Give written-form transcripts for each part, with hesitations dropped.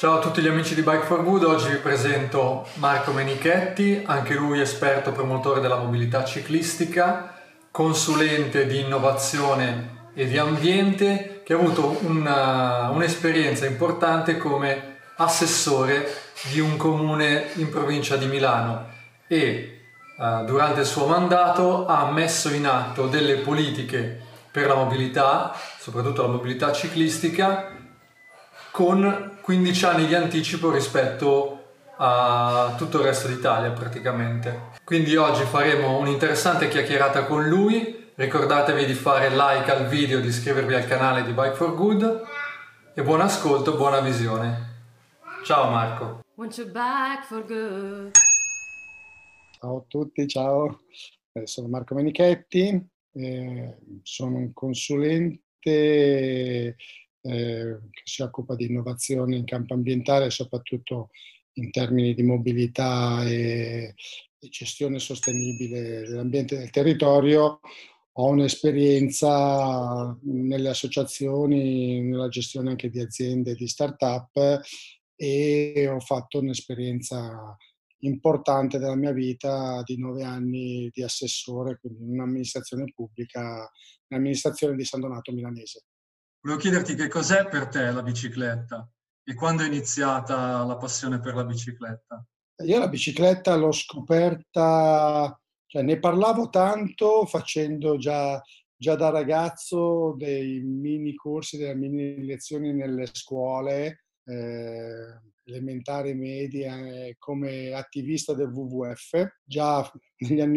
Ciao a tutti gli amici di Bike for Good, oggi vi presento Marco Menichetti, anche lui esperto promotore della mobilità ciclistica, consulente di innovazione e di ambiente, che ha avuto un'esperienza importante come assessore di un comune in provincia di Milano e durante il suo mandato ha messo in atto delle politiche per la mobilità, soprattutto la mobilità ciclistica, con 15 anni di anticipo rispetto a tutto il resto d'Italia praticamente. Quindi oggi faremo un'interessante chiacchierata con lui. Ricordatevi di fare like al video, di iscrivervi al canale di Bike for Good e buon ascolto, buona visione. Ciao Marco. Want you back for good. Ciao a tutti, ciao. Sono Marco Menichetti, sono un consulente che si occupa di innovazione in campo ambientale, soprattutto in termini di mobilità e gestione sostenibile dell'ambiente e del territorio. Ho un'esperienza nelle associazioni, nella gestione anche di aziende, di start-up, e ho fatto un'esperienza importante della mia vita di 9 anni di assessore, quindi in un'amministrazione pubblica, l'amministrazione di San Donato Milanese. Volevo chiederti che cos'è per te la bicicletta e quando è iniziata la passione per la bicicletta? Io la bicicletta l'ho scoperta, cioè ne parlavo tanto facendo già da ragazzo dei mini corsi, delle mini lezioni nelle scuole elementari, medie, come attivista del WWF. Già negli anni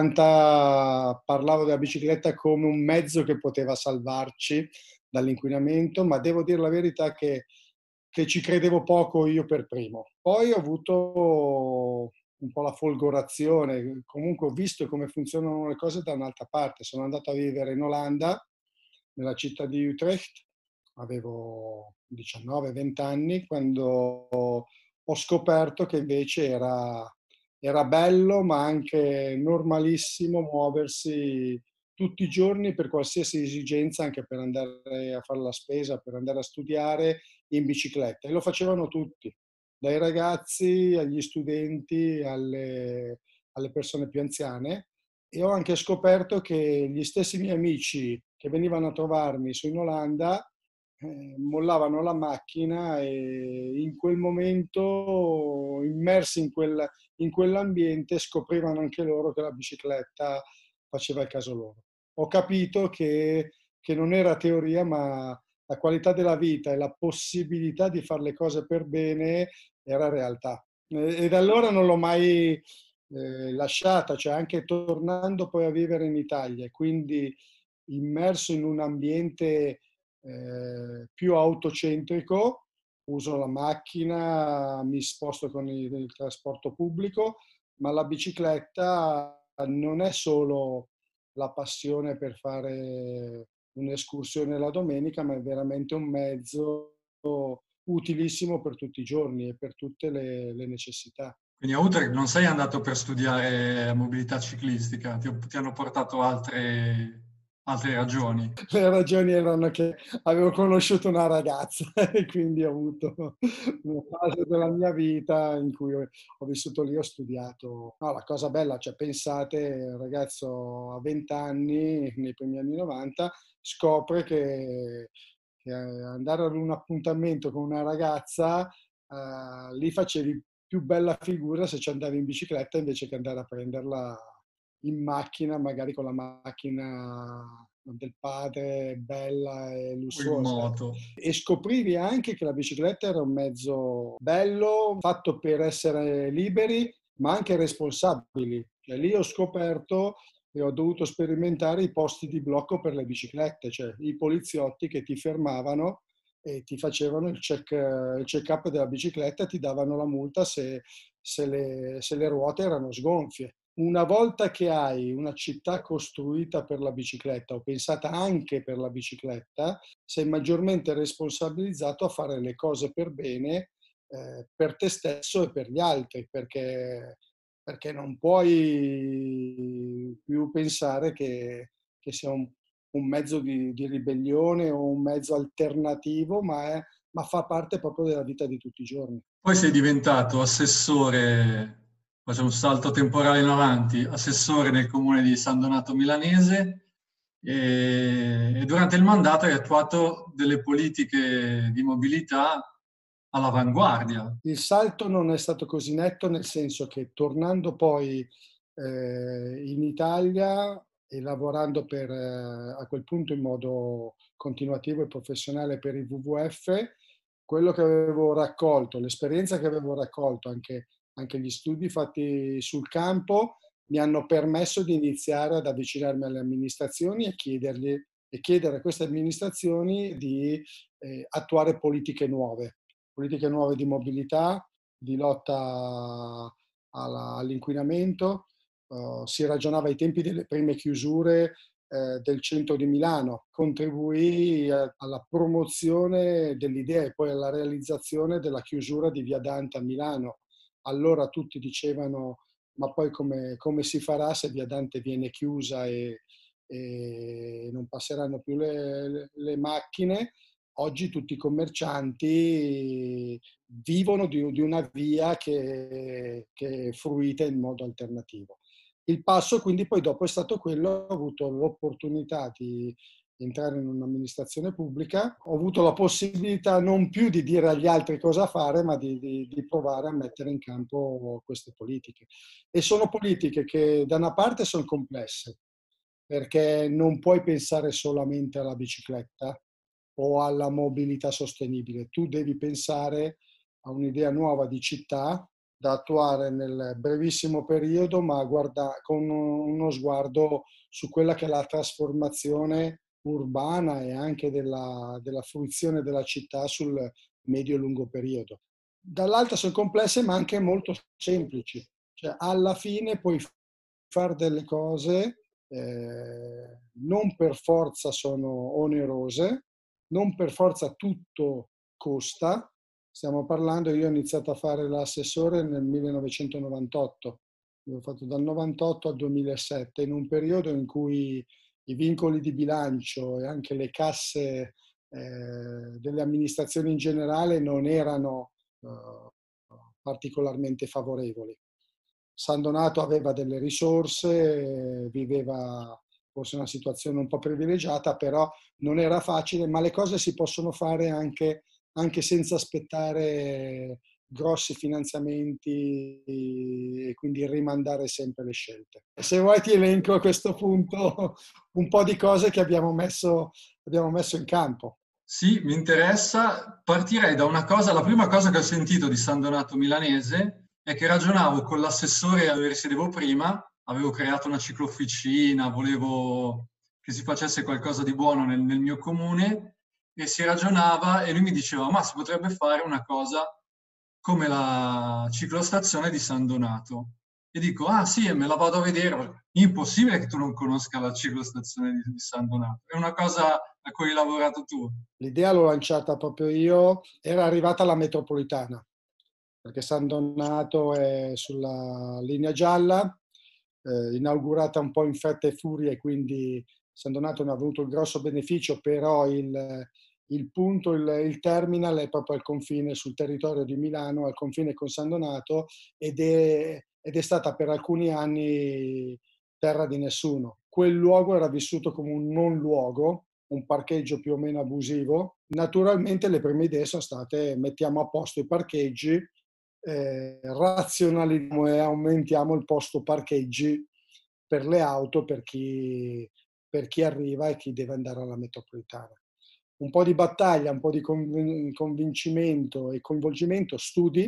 '80 parlavo della bicicletta come un mezzo che poteva salvarci dall'inquinamento, ma devo dire la verità che ci credevo poco io per primo. Poi ho avuto un po' la folgorazione, comunque ho visto come funzionano le cose da un'altra parte. Sono andato a vivere in Olanda, nella città di Utrecht, avevo 19-20 anni, quando ho scoperto che invece era bello, ma anche normalissimo muoversi tutti i giorni per qualsiasi esigenza, anche per andare a fare la spesa, per andare a studiare in bicicletta. E lo facevano tutti, dai ragazzi agli studenti, alle persone più anziane. E ho anche scoperto che gli stessi miei amici che venivano a trovarmi su in Olanda mollavano la macchina e in quel momento, immersi in quell'ambiente, scoprivano anche loro che la bicicletta faceva il caso loro. Ho capito che non era teoria, ma la qualità della vita e la possibilità di fare le cose per bene era realtà. E da allora non l'ho mai lasciata, cioè anche tornando poi a vivere in Italia, quindi immerso in un ambiente più autocentrico, uso la macchina, mi sposto con il trasporto pubblico, ma la bicicletta non è solo la passione per fare un'escursione la domenica, ma è veramente un mezzo utilissimo per tutti i giorni e per tutte le necessità. Quindi a Utrecht non sei andato per studiare mobilità ciclistica, ti hanno portato altre ragioni. Le ragioni erano che avevo conosciuto una ragazza e quindi ho avuto una fase della mia vita in cui ho vissuto lì, ho studiato. No, la cosa bella, cioè pensate, un ragazzo a 20 anni, nei primi anni 90, scopre che andare ad un appuntamento con una ragazza, lì facevi più bella figura se ci andavi in bicicletta invece che andare a prenderla in macchina, magari con la macchina del padre bella e O in lussuosa. moto. E scoprivi anche che la bicicletta era un mezzo bello, fatto per essere liberi, ma anche responsabili. Cioè, lì ho scoperto e ho dovuto sperimentare i posti di blocco per le biciclette, cioè i poliziotti che ti fermavano e ti facevano il check-up della bicicletta e ti davano la multa se le ruote erano sgonfie. Una volta che hai una città costruita per la bicicletta o pensata anche per la bicicletta, sei maggiormente responsabilizzato a fare le cose per bene, per te stesso e per gli altri, perché non puoi più pensare che sia un mezzo di ribellione o un mezzo alternativo, ma ma fa parte proprio della vita di tutti i giorni. Poi sei diventato assessore, faccio un salto temporale in avanti, assessore nel comune di San Donato Milanese e durante il mandato hai attuato delle politiche di mobilità all'avanguardia. Il salto non è stato così netto, nel senso che tornando poi in Italia e lavorando a quel punto in modo continuativo e professionale per il WWF, quello che avevo raccolto, l'esperienza che avevo raccolto, anche gli studi fatti sul campo, mi hanno permesso di iniziare ad avvicinarmi alle amministrazioni e chiedere a queste amministrazioni di attuare politiche nuove di mobilità, di lotta all'inquinamento. Si ragionava ai tempi delle prime chiusure del centro di Milano, contribuì alla promozione dell'idea e poi alla realizzazione della chiusura di Via Dante a Milano. Allora tutti dicevano: ma poi come si farà se Via Dante viene chiusa e non passeranno più le macchine? Oggi tutti i commercianti vivono di una via che è fruita in modo alternativo. Il passo quindi poi dopo è stato quello, ho avuto l'opportunità di entrare in un'amministrazione pubblica, ho avuto la possibilità non più di dire agli altri cosa fare, ma di provare a mettere in campo queste politiche. E sono politiche che da una parte sono complesse, perché non puoi pensare solamente alla bicicletta o alla mobilità sostenibile, tu devi pensare a un'idea nuova di città da attuare nel brevissimo periodo, ma con uno sguardo su quella che è la trasformazione urbana e anche della fruizione della città sul medio e lungo periodo. Dall'altra sono complesse ma anche molto semplici, cioè alla fine puoi fare delle cose non per forza sono onerose, non per forza tutto costa. Stiamo parlando, io ho iniziato a fare l'assessore nel 1998, l'ho fatto dal 98 al 2007, in un periodo in cui i vincoli di bilancio e anche le casse delle amministrazioni in generale non erano particolarmente favorevoli. San Donato aveva delle risorse, viveva forse una situazione un po' privilegiata, però non era facile, ma le cose si possono fare anche senza aspettare grossi finanziamenti e quindi rimandare sempre le scelte. Se vuoi ti elenco a questo punto un po' di cose che abbiamo messo in campo. Sì, mi interessa. Partirei da una cosa, la prima cosa che ho sentito di San Donato Milanese è che ragionavo con l'assessore dove risiedevo prima, avevo creato una ciclofficina, volevo che si facesse qualcosa di buono nel mio comune e si ragionava e lui mi diceva, ma si potrebbe fare una cosa come la ciclostazione di San Donato. E dico, ah sì, me la vado a vedere. Impossibile che tu non conosca la ciclostazione di San Donato. È una cosa a cui hai lavorato tu. L'idea l'ho lanciata proprio io, era arrivata la metropolitana, perché San Donato è sulla linea gialla, inaugurata un po' in fretta e furia e quindi San Donato ne ha avuto il grosso beneficio, però il punto, il terminal è proprio al confine, sul territorio di Milano, al confine con San Donato ed è stata per alcuni anni terra di nessuno. Quel luogo era vissuto come un non luogo, un parcheggio più o meno abusivo. Naturalmente le prime idee sono state: mettiamo a posto i parcheggi, razionalizziamo e aumentiamo il posto parcheggi per le auto, per chi arriva e chi deve andare alla metropolitana. Un po' di battaglia, un po' di convincimento e coinvolgimento, studi.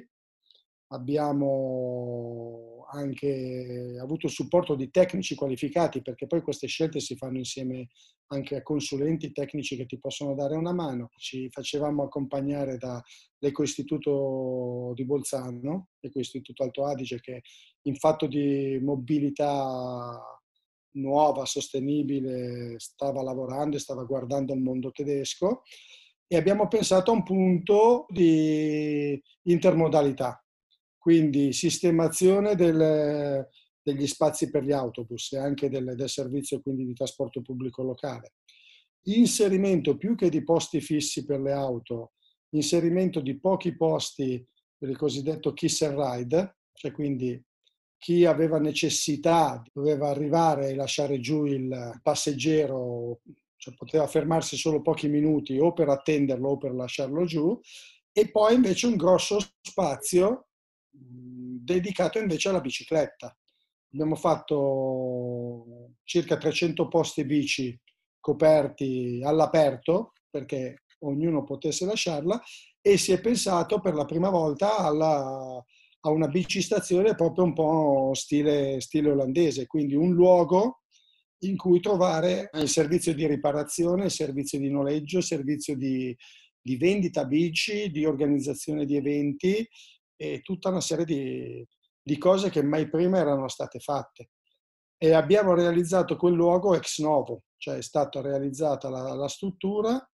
Abbiamo anche avuto il supporto di tecnici qualificati, perché poi queste scelte si fanno insieme anche a consulenti tecnici che ti possono dare una mano. Ci facevamo accompagnare dall'Ecoistituto di Bolzano, Ecoistituto Alto Adige, che in fatto di mobilità nuova, sostenibile, stava lavorando e stava guardando il mondo tedesco, e abbiamo pensato a un punto di intermodalità, quindi sistemazione degli spazi per gli autobus e anche del servizio quindi di trasporto pubblico locale. Inserimento più che di posti fissi per le auto, inserimento di pochi posti per il cosiddetto kiss and ride, cioè quindi chi aveva necessità doveva arrivare e lasciare giù il passeggero, cioè poteva fermarsi solo pochi minuti o per attenderlo o per lasciarlo giù, e poi invece un grosso spazio dedicato invece alla bicicletta. Abbiamo fatto circa 300 posti bici coperti all'aperto perché ognuno potesse lasciarla, e si è pensato per la prima volta a una bicistazione proprio un po' stile olandese, quindi un luogo in cui trovare il servizio di riparazione, il servizio di noleggio, il servizio di vendita bici, di organizzazione di eventi e tutta una serie di cose che mai prima erano state fatte. E abbiamo realizzato quel luogo ex novo, cioè è stata realizzata la struttura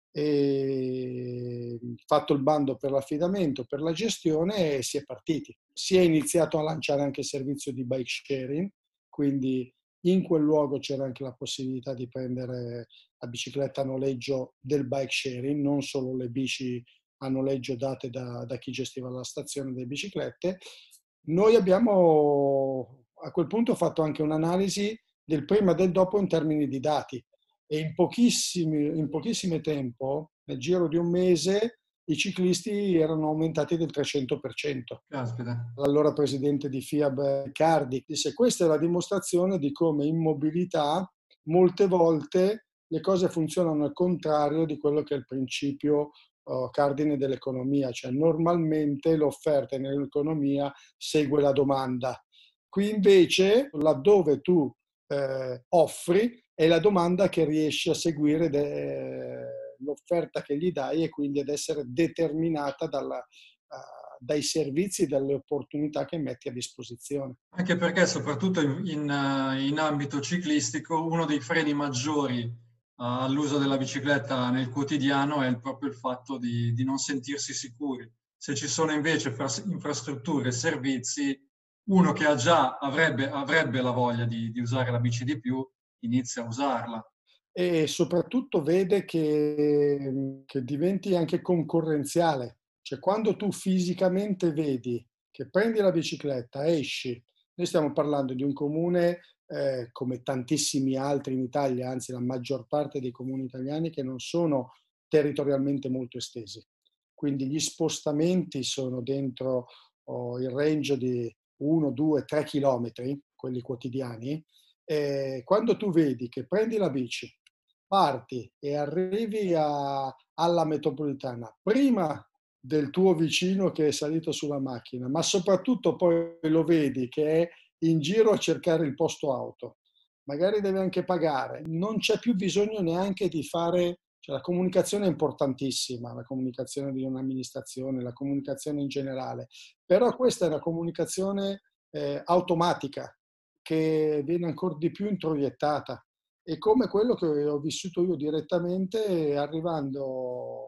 e fatto il bando per l'affidamento, per la gestione, e si è partiti. Si è iniziato a lanciare anche il servizio di bike sharing, quindi in quel luogo c'era anche la possibilità di prendere la bicicletta a noleggio del bike sharing, non solo le bici a noleggio date da chi gestiva la stazione delle biciclette. Noi abbiamo a quel punto fatto anche un'analisi del prima e del dopo in termini di dati, e in pochissimo tempo, nel giro di un mese, i ciclisti erano aumentati del 300%. Caspita. L'allora presidente di FIAB Cardi disse: questa è la dimostrazione di come in mobilità molte volte le cose funzionano al contrario di quello che è il principio cardine dell'economia, cioè normalmente l'offerta nell'economia segue la domanda. Qui invece, laddove tu offri, è la domanda che riesce a seguire l'offerta che gli dai, e quindi ad essere determinata dai servizi e dalle opportunità che metti a disposizione. Anche perché soprattutto in ambito ciclistico uno dei freni maggiori all'uso della bicicletta nel quotidiano è proprio il fatto di non sentirsi sicuri. Se ci sono invece infrastrutture e servizi, uno che ha già avrebbe la voglia di usare la bici di più, inizia a usarla. E soprattutto vede che diventi anche concorrenziale. Cioè quando tu fisicamente vedi che prendi la bicicletta, esci, noi stiamo parlando di un comune come tantissimi altri in Italia, anzi la maggior parte dei comuni italiani che non sono territorialmente molto estesi. Quindi gli spostamenti sono dentro il range di 1, 2, 3 chilometri, quelli quotidiani. Quando tu vedi che prendi la bici, parti e arrivi alla metropolitana prima del tuo vicino che è salito sulla macchina, ma soprattutto poi lo vedi che è in giro a cercare il posto auto, magari deve anche pagare, non c'è più bisogno neanche di fare, cioè la comunicazione è importantissima, la comunicazione di un'amministrazione, la comunicazione in generale, però questa è una comunicazione automatica che viene ancora di più introiettata. E come quello che ho vissuto io direttamente arrivando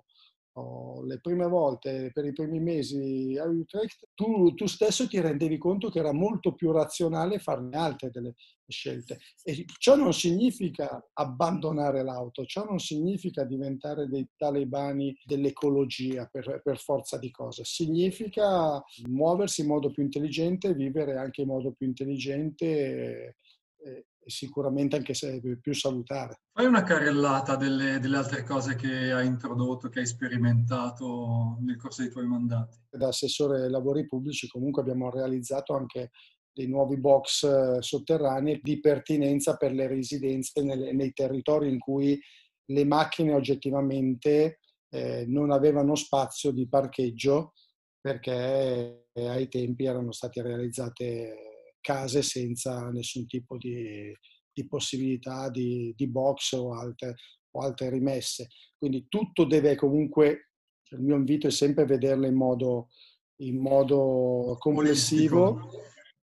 le prime volte, per i primi mesi a Utrecht, tu stesso ti rendevi conto che era molto più razionale farne altre delle scelte. E ciò non significa abbandonare l'auto, ciò non significa diventare dei talebani dell'ecologia per forza di cose, significa muoversi in modo più intelligente, vivere anche in modo più intelligente e sicuramente anche se più salutare. Fai una carrellata delle altre cose che hai introdotto, che hai sperimentato nel corso dei tuoi mandati. Da assessore ai lavori pubblici comunque abbiamo realizzato anche dei nuovi box sotterranei di pertinenza per le residenze nei territori in cui le macchine oggettivamente non avevano spazio di parcheggio, perché ai tempi erano state realizzate case senza nessun tipo di possibilità di box o altre rimesse. Quindi tutto deve comunque, il mio invito è sempre vederlo in modo complessivo. Olistico.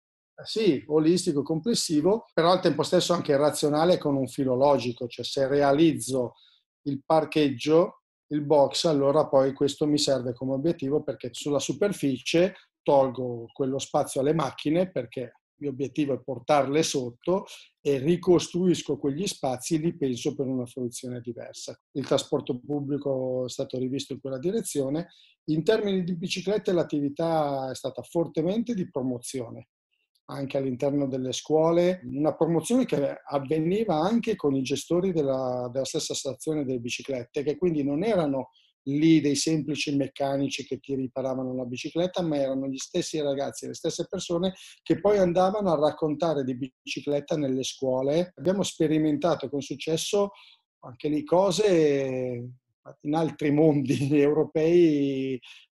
Sì, olistico, complessivo, però al tempo stesso anche razionale con un filo logico, cioè se realizzo il parcheggio, il box, allora poi questo mi serve come obiettivo perché sulla superficie tolgo quello spazio alle macchine perché mio obiettivo è portarle sotto e ricostruisco quegli spazi e li penso per una fruizione diversa. Il trasporto pubblico è stato rivisto in quella direzione. In termini di biciclette l'attività è stata fortemente di promozione, anche all'interno delle scuole, una promozione che avveniva anche con i gestori della stessa stazione delle biciclette, che quindi non erano lì dei semplici meccanici che ti riparavano la bicicletta, ma erano gli stessi ragazzi, le stesse persone che poi andavano a raccontare di bicicletta nelle scuole. Abbiamo sperimentato con successo anche lì cose in altri mondi europei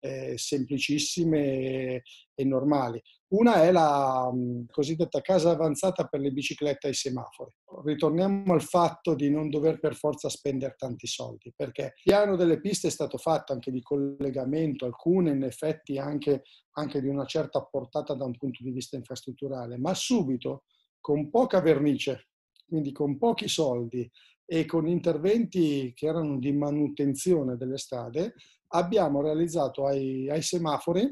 semplicissime e normali. Una è la cosiddetta casa avanzata per le biciclette ai semafori. Ritorniamo al fatto di non dover per forza spendere tanti soldi, perché il piano delle piste è stato fatto anche di collegamento, alcune in effetti anche di una certa portata da un punto di vista infrastrutturale, ma subito, con poca vernice, quindi con pochi soldi e con interventi che erano di manutenzione delle strade, abbiamo realizzato ai semafori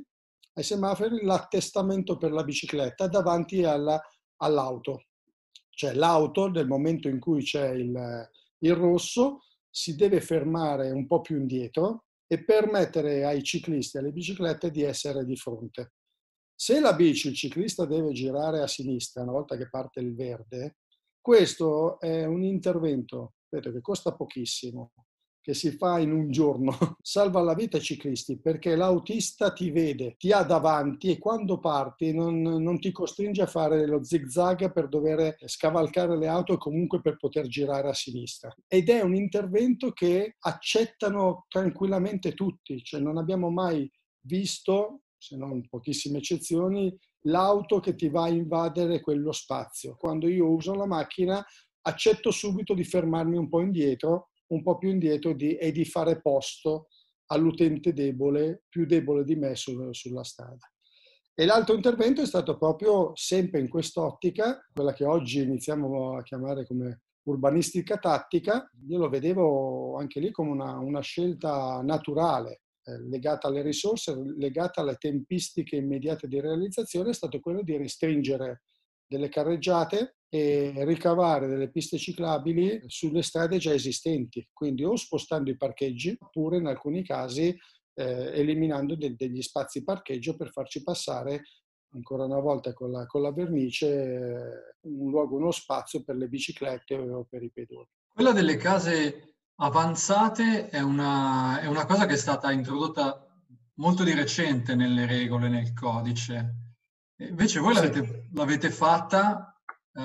l'attestamento per la bicicletta davanti all'auto. Cioè l'auto, nel momento in cui c'è il rosso, si deve fermare un po' più indietro e permettere ai ciclisti e alle biciclette di essere di fronte. Se la bici, il ciclista deve girare a sinistra una volta che parte il verde, questo è un intervento, ripeto, che costa pochissimo, che si fa in un giorno, salva la vita ai ciclisti perché l'autista ti vede, ti ha davanti e quando parti non ti costringe a fare lo zig-zag per dover scavalcare le auto e comunque per poter girare a sinistra. Ed è un intervento che accettano tranquillamente tutti, cioè non abbiamo mai visto, se non pochissime eccezioni, l'auto che ti va a invadere quello spazio. Quando io uso la macchina accetto subito di fermarmi un po' più indietro e di fare posto all'utente debole, più debole di me sulla strada. E l'altro intervento è stato proprio sempre in quest'ottica, quella che oggi iniziamo a chiamare come urbanistica tattica. Io lo vedevo anche lì come una scelta naturale, legata alle risorse, legata alle tempistiche immediate di realizzazione, è stato quello di restringere delle carreggiate e ricavare delle piste ciclabili sulle strade già esistenti, quindi o spostando i parcheggi oppure in alcuni casi eliminando degli spazi parcheggio per farci passare ancora una volta con la vernice un luogo, uno spazio per le biciclette o per i pedoni. Quella delle case avanzate è una cosa che è stata introdotta molto di recente nelle regole, nel codice. E invece voi Sì. l'avete fatta,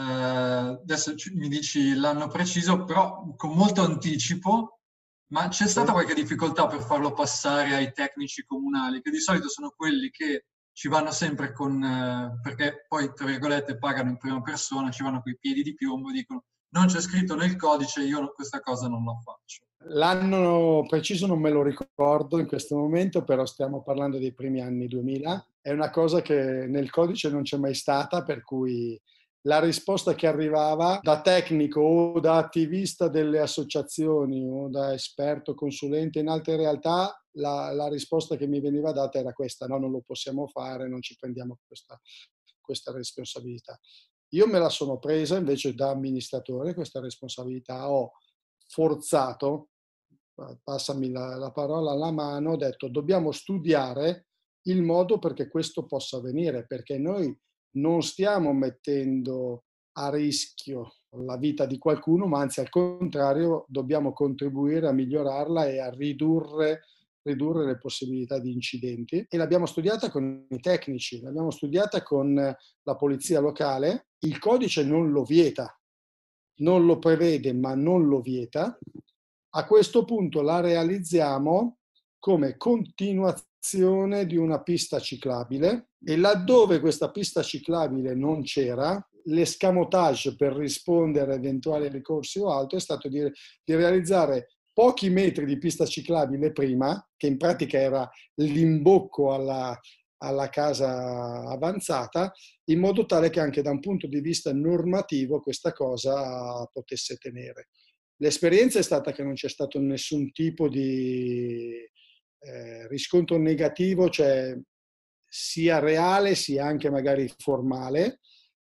adesso mi dici l'anno preciso, però con molto anticipo, ma c'è stata qualche difficoltà per farlo passare ai tecnici comunali, che di solito sono quelli che ci vanno sempre perché poi, tra virgolette, pagano in prima persona, ci vanno coi piedi di piombo, dicono non c'è scritto nel codice, io questa cosa non la faccio. L'anno preciso non me lo ricordo in questo momento, però stiamo parlando dei primi anni 2000. È una cosa che nel codice non c'è mai stata, per cui la risposta che arrivava da tecnico o da attivista delle associazioni o da esperto consulente in altre realtà, la risposta che mi veniva data era questa: no, non lo possiamo fare, non ci prendiamo questa responsabilità. Io me la sono presa invece da amministratore, questa responsabilità, ho forzato, passami la parola alla mano, ho detto dobbiamo studiare il modo perché questo possa avvenire, perché noi non stiamo mettendo a rischio la vita di qualcuno, ma anzi al contrario dobbiamo contribuire a migliorarla e a ridurre le possibilità di incidenti. E l'abbiamo studiata con i tecnici, l'abbiamo studiata con la polizia locale. Il codice non lo vieta, non lo prevede, ma non lo vieta. A questo punto la realizziamo come continuazione di una pista ciclabile e laddove questa pista ciclabile non c'era, l'escamotage per rispondere a eventuali ricorsi o altro è stato di realizzare pochi metri di pista ciclabile prima, che in pratica era l'imbocco alla casa avanzata, in modo tale che anche da un punto di vista normativo questa cosa potesse tenere. L'esperienza è stata che non c'è stato nessun tipo di riscontro negativo, cioè sia reale sia anche magari formale.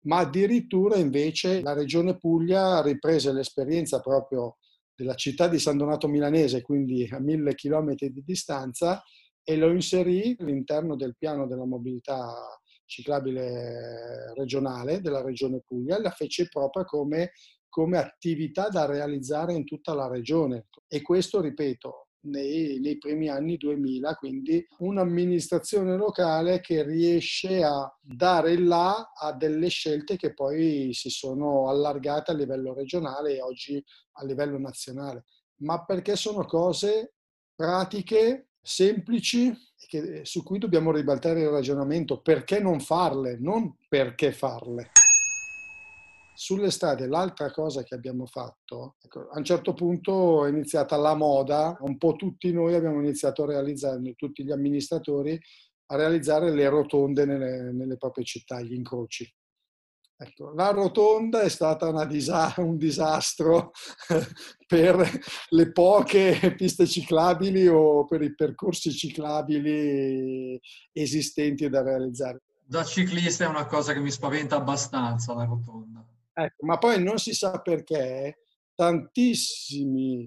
ma addirittura invece la Regione Puglia riprese l'esperienza proprio della città di San Donato Milanese, quindi a 1000 chilometri di distanza, e lo inserì all'interno del piano della mobilità ciclabile regionale della Regione Puglia, e la fece proprio come attività da realizzare in tutta la regione. E questo, ripeto, nei primi anni 2000, quindi un'amministrazione locale che riesce a dare il là a delle scelte che poi si sono allargate a livello regionale e oggi a livello nazionale, ma perché sono cose pratiche, semplici, su cui dobbiamo ribaltare il ragionamento. Perché non farle? Non perché farle. Sulle strade, l'altra cosa che abbiamo fatto, ecco, a un certo punto è iniziata la moda, un po' tutti noi abbiamo iniziato a realizzare, tutti gli amministratori, a realizzare le rotonde nelle proprie città, gli incroci. Ecco, la rotonda è stata un disastro per le poche piste ciclabili o per i percorsi ciclabili esistenti da realizzare. Da ciclista è una cosa che mi spaventa abbastanza, la rotonda. Ecco, ma poi non si sa perché tantissimi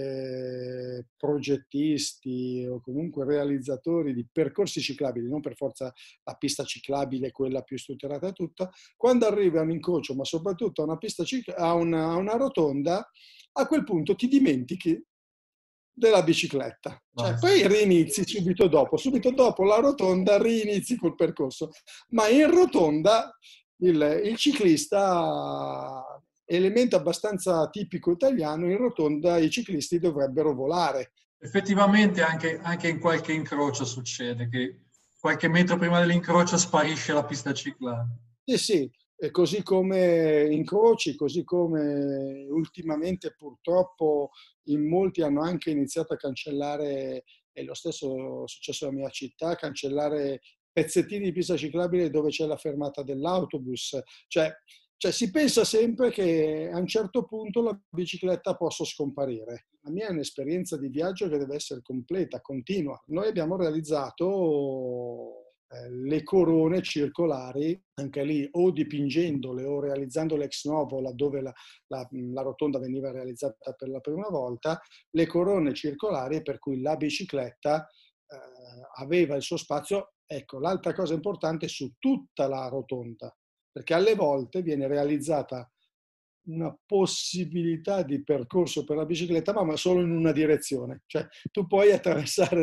progettisti o comunque realizzatori di percorsi ciclabili, non per forza la pista ciclabile, quella più strutturata e tutta, quando arrivi a un incrocio, ma soprattutto a una pista a una rotonda, a quel punto ti dimentichi della bicicletta. Cioè, poi rinizi subito dopo la rotonda rinizi col percorso, ma in rotonda il ciclista, elemento abbastanza tipico italiano, in rotonda i ciclisti dovrebbero volare. Effettivamente anche in qualche incrocio succede che qualche metro prima dell'incrocio sparisce la pista ciclabile. Sì, sì, e così come incroci, così come ultimamente purtroppo in molti hanno anche iniziato a cancellare, e lo stesso è successo alla mia città, cancellare pezzettini di pista ciclabile dove c'è la fermata dell'autobus. Cioè si pensa sempre che a un certo punto la bicicletta possa scomparire. La mia è un'esperienza di viaggio che deve essere completa, continua. Noi abbiamo realizzato le corone circolari, anche lì o dipingendole o realizzandole ex novo laddove la rotonda veniva realizzata per la prima volta, le corone circolari per cui la bicicletta aveva il suo spazio. Ecco, l'altra cosa importante su tutta la rotonda, perché alle volte viene realizzata una possibilità di percorso per la bicicletta, ma solo in una direzione. Cioè, tu puoi attraversare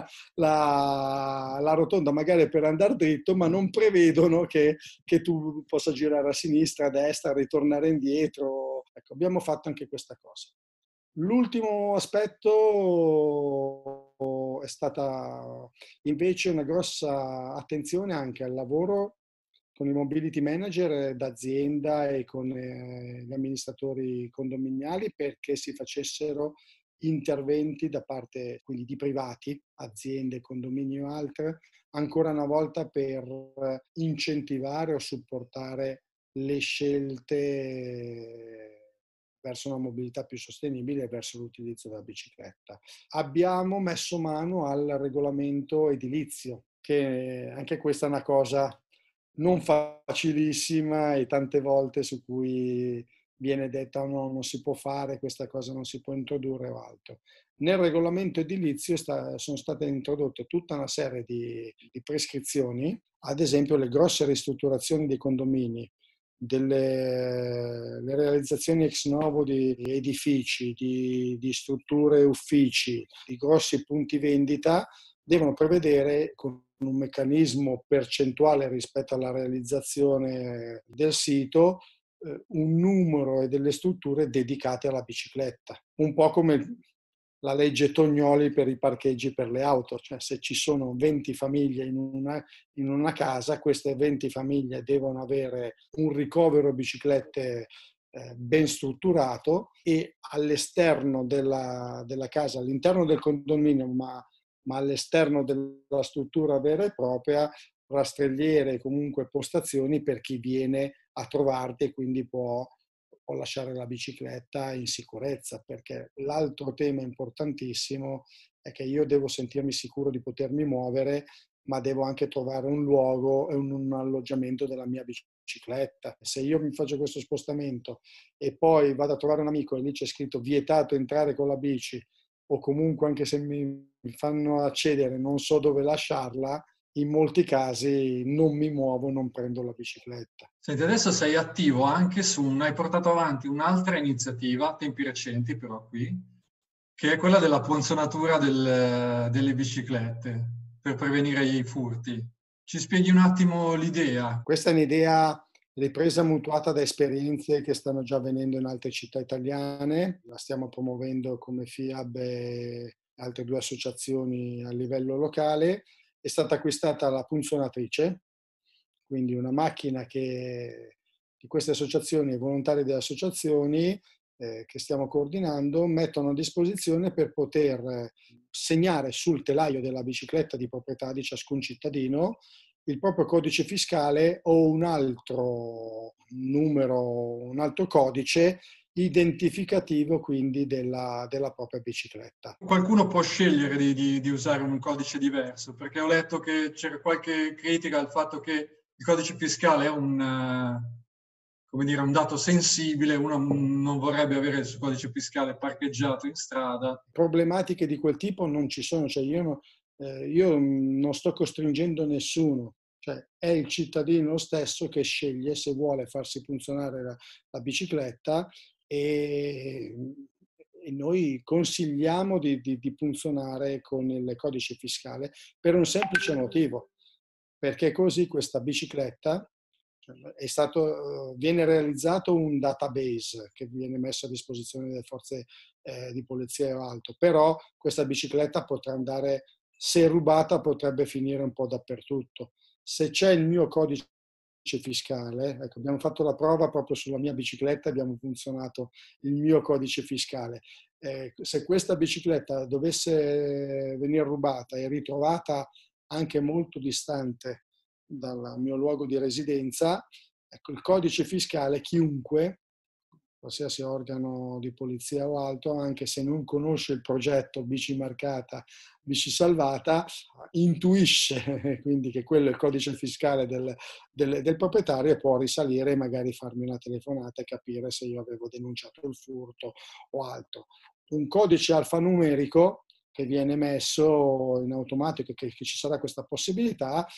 la rotonda magari per andare dritto, ma non prevedono che tu possa girare a sinistra, a destra, ritornare indietro. Ecco, abbiamo fatto anche questa cosa. L'ultimo aspetto è stata invece una grossa attenzione anche al lavoro con i mobility manager d'azienda e con gli amministratori condominiali, perché si facessero interventi da parte quindi di privati, aziende, condomini o altre, ancora una volta per incentivare o supportare le scelte verso una mobilità più sostenibile e verso l'utilizzo della bicicletta. Abbiamo messo mano al regolamento edilizio, che anche questa è una cosa non facilissima e tante volte su cui viene detta no, non si può fare, questa cosa non si può introdurre o altro. Nel regolamento edilizio sono state introdotte tutta una serie di prescrizioni, ad esempio le grosse ristrutturazioni dei condomini, le realizzazioni ex novo di edifici, di strutture uffici, di grossi punti vendita, devono prevedere con un meccanismo percentuale rispetto alla realizzazione del sito un numero e delle strutture dedicate alla bicicletta. Un po' come la legge Tognoli per i parcheggi per le auto, cioè se ci sono 20 famiglie in una casa, queste 20 famiglie devono avere un ricovero biciclette ben strutturato e all'esterno della casa, all'interno del condominio, ma all'esterno della struttura vera e propria, rastrelliere e comunque postazioni per chi viene a trovarti e quindi può lasciare la bicicletta in sicurezza, perché l'altro tema importantissimo è che io devo sentirmi sicuro di potermi muovere ma devo anche trovare un luogo e un alloggiamento della mia bicicletta. Se io mi faccio questo spostamento e poi vado a trovare un amico e lì c'è scritto vietato entrare con la bici, o comunque anche se mi fanno accedere non so dove lasciarla, in molti casi non mi muovo, non prendo la bicicletta. Senti, adesso sei attivo anche hai portato avanti un'altra iniziativa, a tempi recenti però qui, che è quella della punzonatura delle biciclette per prevenire i furti. Ci spieghi un attimo l'idea? Questa è un'idea ripresa mutuata da esperienze che stanno già avvenendo in altre città italiane. La stiamo promuovendo come FIAB e altre 2 associazioni a livello locale. È stata acquistata la punzonatrice, quindi una macchina di queste associazioni e volontari delle associazioni che stiamo coordinando mettono a disposizione per poter segnare sul telaio della bicicletta di proprietà di ciascun cittadino il proprio codice fiscale o un altro numero, un altro codice identificativo quindi della propria bicicletta. Qualcuno può scegliere di usare un codice diverso, perché ho letto che c'era qualche critica al fatto che il codice fiscale è come dire, un dato sensibile, uno non vorrebbe avere il suo codice fiscale parcheggiato in strada. Problematiche di quel tipo non ci sono, cioè io non sto costringendo nessuno, cioè è il cittadino stesso che sceglie se vuole farsi funzionare la bicicletta e noi consigliamo di funzionare con il codice fiscale per un semplice motivo, perché così questa bicicletta viene realizzato un database che viene messo a disposizione delle forze di polizia o altro, però questa bicicletta potrà andare, se rubata, potrebbe finire un po' dappertutto. Se c'è il mio codice fiscale, ecco, abbiamo fatto la prova proprio sulla mia bicicletta, abbiamo funzionato il mio codice fiscale. Se questa bicicletta dovesse venire rubata e ritrovata anche molto distante dal mio luogo di residenza, ecco, il codice fiscale chiunque, qualsiasi organo di polizia o altro, anche se non conosce il progetto bici marcata, bici salvata, intuisce quindi che quello è il codice fiscale del proprietario e può risalire e magari farmi una telefonata e capire se io avevo denunciato il furto o altro. Un codice alfanumerico che viene messo in automatico, che ci sarà questa possibilità,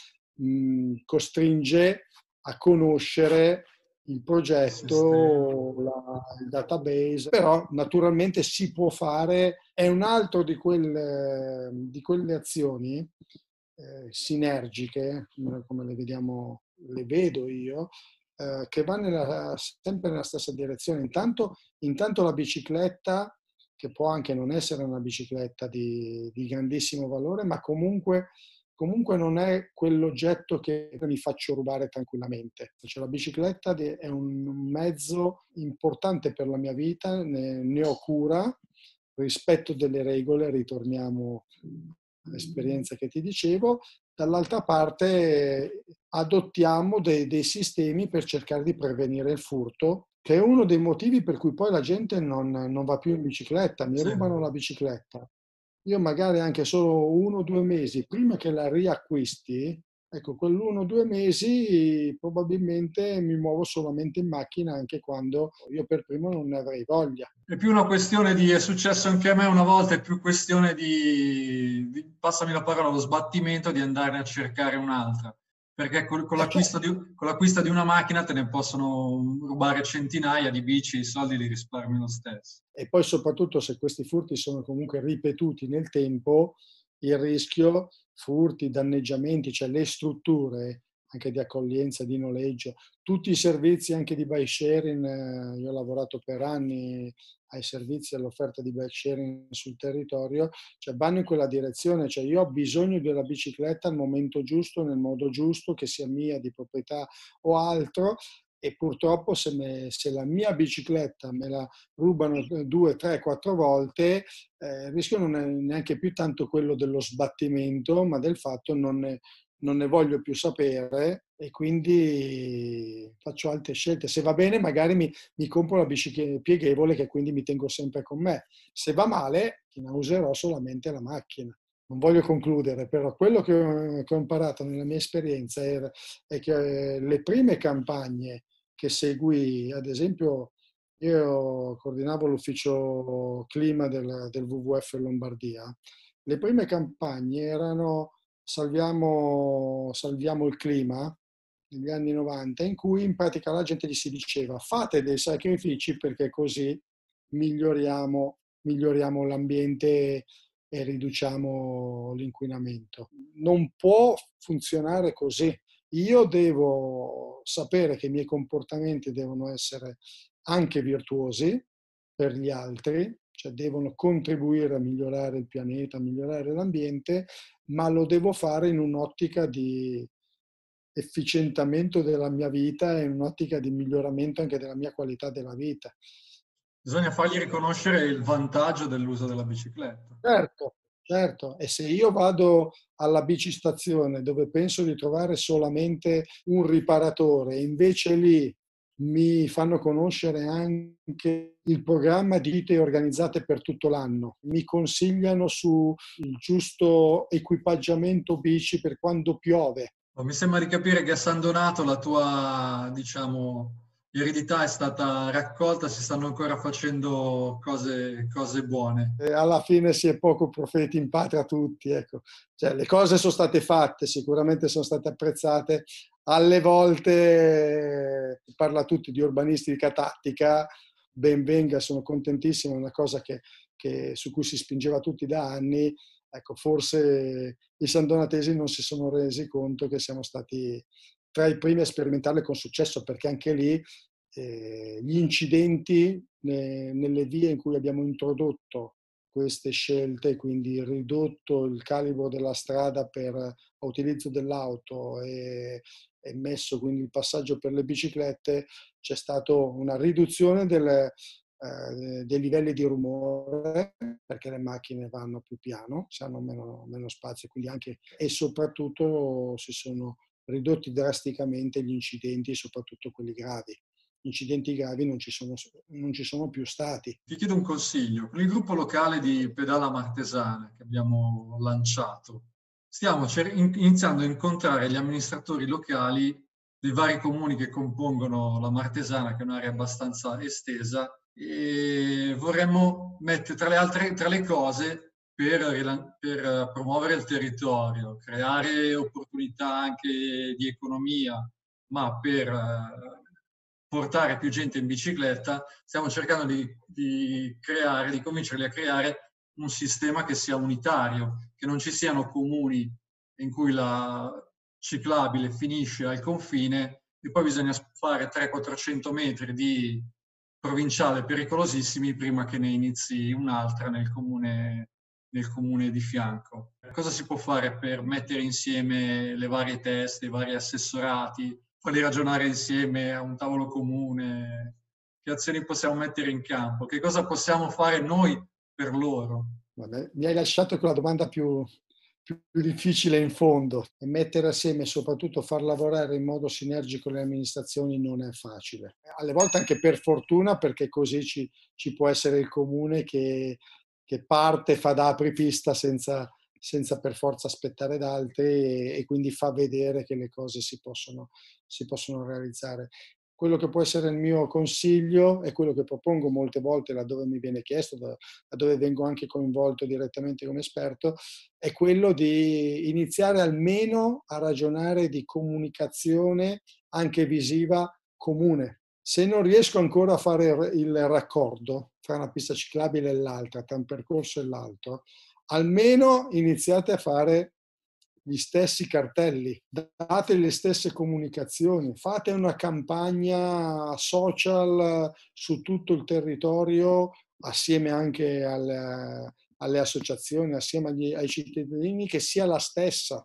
costringe a conoscere il progetto, il database, però naturalmente si può fare, è un altro di quelle azioni sinergiche, come le vediamo, le vedo io, che va sempre nella stessa direzione. Intanto la bicicletta, che può anche non essere una bicicletta di grandissimo valore, ma comunque non è quell'oggetto che mi faccio rubare tranquillamente. Cioè, la bicicletta è un mezzo importante per la mia vita, ne ho cura, rispetto delle regole, ritorniamo all'esperienza che ti dicevo. Dall'altra parte adottiamo dei sistemi per cercare di prevenire il furto, che è uno dei motivi per cui poi la gente non va più in bicicletta, mi rubano la bicicletta. Io magari anche solo 1 o 2 mesi prima che la riacquisti, ecco, quell'1 o 2 mesi probabilmente mi muovo solamente in macchina anche quando io per primo non ne avrei voglia. È più una questione è successo anche a me una volta, è più questione passami la parola, lo sbattimento di andare a cercare un'altra. Perché con l'acquisto di una macchina te ne possono rubare centinaia di bici, i soldi li risparmi lo stesso. E poi soprattutto se questi furti sono comunque ripetuti nel tempo, il rischio, furti, danneggiamenti, cioè le strutture anche di accoglienza, di noleggio, tutti i servizi anche di bike sharing, io ho lavorato per anni ai servizi e all'offerta di bike sharing sul territorio, cioè vanno in quella direzione, cioè io ho bisogno della bicicletta al momento giusto, nel modo giusto, che sia mia di proprietà o altro, e purtroppo se la mia bicicletta me la rubano 2, 3, 4 volte, il rischio non è neanche più tanto quello dello sbattimento, ma del fatto non ne voglio più sapere e quindi faccio altre scelte. Se va bene magari mi compro la bici pieghevole che quindi mi tengo sempre con me. Se va male userò solamente la macchina. non voglio concludere, però quello che ho imparato nella mia esperienza è che le prime campagne che seguì, ad esempio, io coordinavo l'ufficio clima del WWF Lombardia, le prime campagne erano salviamo il clima negli anni 90, in cui in pratica la gente gli si diceva fate dei sacrifici perché così miglioriamo l'ambiente e riduciamo l'inquinamento. Non può funzionare così. Io devo sapere che i miei comportamenti devono essere anche virtuosi per gli altri, cioè devono contribuire a migliorare il pianeta, a migliorare l'ambiente, ma lo devo fare in un'ottica di efficientamento della mia vita e in un'ottica di miglioramento anche della mia qualità della vita. Bisogna fargli riconoscere il vantaggio dell'uso della bicicletta. Certo, certo, e se io vado alla bicistazione dove penso di trovare solamente un riparatore, invece lì mi fanno conoscere anche il programma di gite organizzate per tutto l'anno, mi consigliano sul giusto equipaggiamento bici per quando piove. Mi sembra di capire che a San Donato la tua, diciamo, eredità è stata raccolta, si stanno ancora facendo cose buone. E alla fine si è poco profeti in patria tutti, ecco. Cioè, le cose sono state fatte, sicuramente sono state apprezzate. Alle volte si parla tutti di urbanistica tattica, ben venga, sono contentissimo, è una cosa su cui si spingeva tutti da anni. Ecco, forse i sandonatesi non si sono resi conto che siamo stati tra i primi a sperimentarle con successo, perché anche lì gli incidenti nelle vie in cui abbiamo introdotto queste scelte, quindi ridotto il calibro della strada per utilizzo dell'auto e messo quindi il passaggio per le biciclette, c'è stata una riduzione dei livelli di rumore perché le macchine vanno più piano, se hanno meno spazio, quindi anche e soprattutto si sono ridotti drasticamente gli incidenti, soprattutto quelli gravi. Incidenti gravi non ci sono più stati. Ti chiedo un consiglio. Con il gruppo locale di Pedala Martesana che abbiamo lanciato, stiamo iniziando a incontrare gli amministratori locali dei vari comuni che compongono la Martesana, che è un'area abbastanza estesa, e vorremmo mettere tra le cose per promuovere il territorio, creare opportunità anche di economia, ma per portare più gente in bicicletta, stiamo cercando di convincerli a creare un sistema che sia unitario, che non ci siano comuni in cui la ciclabile finisce al confine e poi bisogna fare 300-400 metri di provinciale pericolosissimi prima che ne inizi un'altra nel comune di fianco. Cosa si può fare per mettere insieme le varie teste, i vari assessorati, farli ragionare insieme a un tavolo comune? Che azioni possiamo mettere in campo? Che cosa possiamo fare noi per loro? Vabbè, mi hai lasciato con la domanda più difficile in fondo. E mettere assieme e soprattutto far lavorare in modo sinergico le amministrazioni non è facile. Alle volte anche per fortuna, perché così ci può essere il comune che parte, fa da apripista senza per forza aspettare da altri e quindi fa vedere che le cose si possono realizzare. Quello che può essere il mio consiglio è quello che propongo molte volte laddove mi viene chiesto, laddove vengo anche coinvolto direttamente come esperto, è quello di iniziare almeno a ragionare di comunicazione anche visiva comune. Se non riesco ancora a fare il raccordo tra una pista ciclabile e l'altra, tra un percorso e l'altro, almeno iniziate a fare gli stessi cartelli, date le stesse comunicazioni, fate una campagna social su tutto il territorio assieme anche alle associazioni, assieme ai cittadini, che sia la stessa,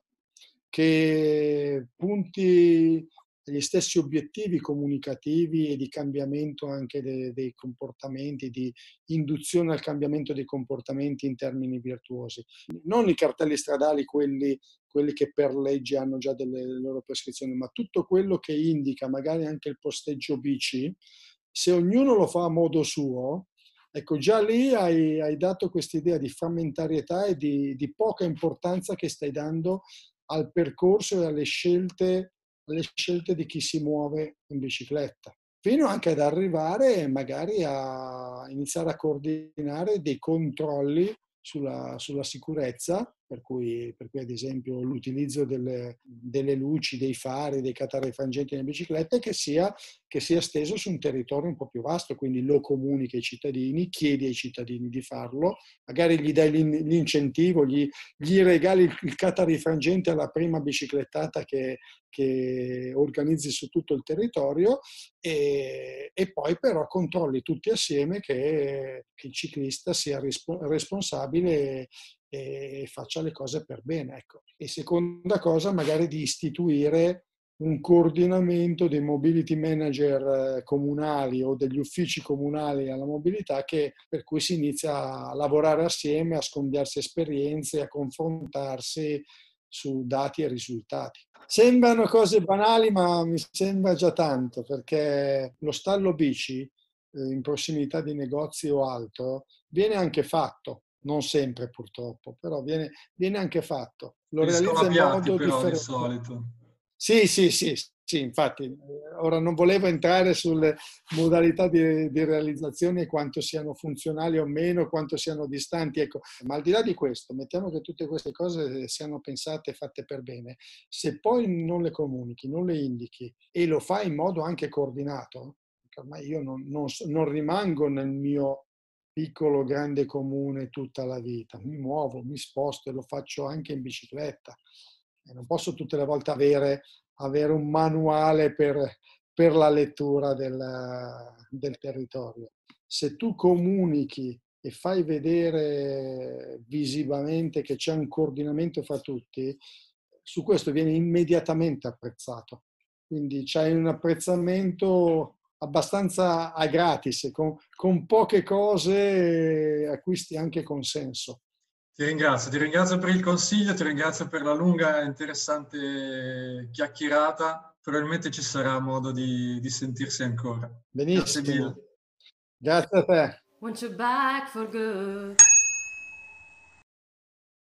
che punti agli stessi obiettivi comunicativi e di cambiamento anche dei comportamenti, di induzione al cambiamento dei comportamenti in termini virtuosi. Non i cartelli stradali, quelli che per legge hanno già delle loro prescrizioni, ma tutto quello che indica magari anche il posteggio bici, se ognuno lo fa a modo suo, Ecco, già lì hai dato quest'idea di frammentarietà e di poca importanza che stai dando al percorso e alle scelte di chi si muove in bicicletta, fino anche ad arrivare magari a iniziare a coordinare dei controlli sulla sicurezza, per cui ad esempio l'utilizzo delle luci, dei fari, dei catarifrangenti nelle biciclette che sia esteso su un territorio un po' più vasto, quindi lo comunichi ai cittadini, chiedi ai cittadini di farlo, magari gli dai l'incentivo, gli regali il catarifrangente alla prima biciclettata che organizzi su tutto il territorio e poi però controlli tutti assieme che il ciclista sia responsabile e faccia le cose per bene. Ecco. E seconda cosa, magari di istituire un coordinamento dei mobility manager comunali o degli uffici comunali alla mobilità per cui si inizia a lavorare assieme, a scambiarsi esperienze, a confrontarsi su dati e risultati. Sembrano cose banali, ma mi sembra già tanto, perché lo stallo bici in prossimità di negozi o altro viene anche fatto, non sempre purtroppo, però viene anche fatto. Lo Sono realizza a in piatti modo però di differente. solito. Sì, infatti, ora non volevo entrare sulle modalità di realizzazione e quanto siano funzionali o meno, quanto siano distanti, ecco. Ma al di là di questo, mettiamo che tutte queste cose siano pensate e fatte per bene, se poi non le comunichi, non le indichi e lo fai in modo anche coordinato, perché ormai io non rimango nel mio piccolo grande comune tutta la vita, mi muovo, mi sposto e lo faccio anche in bicicletta. E non posso tutte le volte avere un manuale per la lettura del territorio. Se tu comunichi e fai vedere visivamente che c'è un coordinamento fra tutti, su questo viene immediatamente apprezzato. Quindi c'hai un apprezzamento abbastanza a gratis, con poche cose acquisti anche consenso. Ti ringrazio per il consiglio, ti ringrazio per la lunga e interessante chiacchierata. Probabilmente ci sarà modo di sentirsi ancora. Grazie Benissimo, mille. grazie a te. Want you back for good.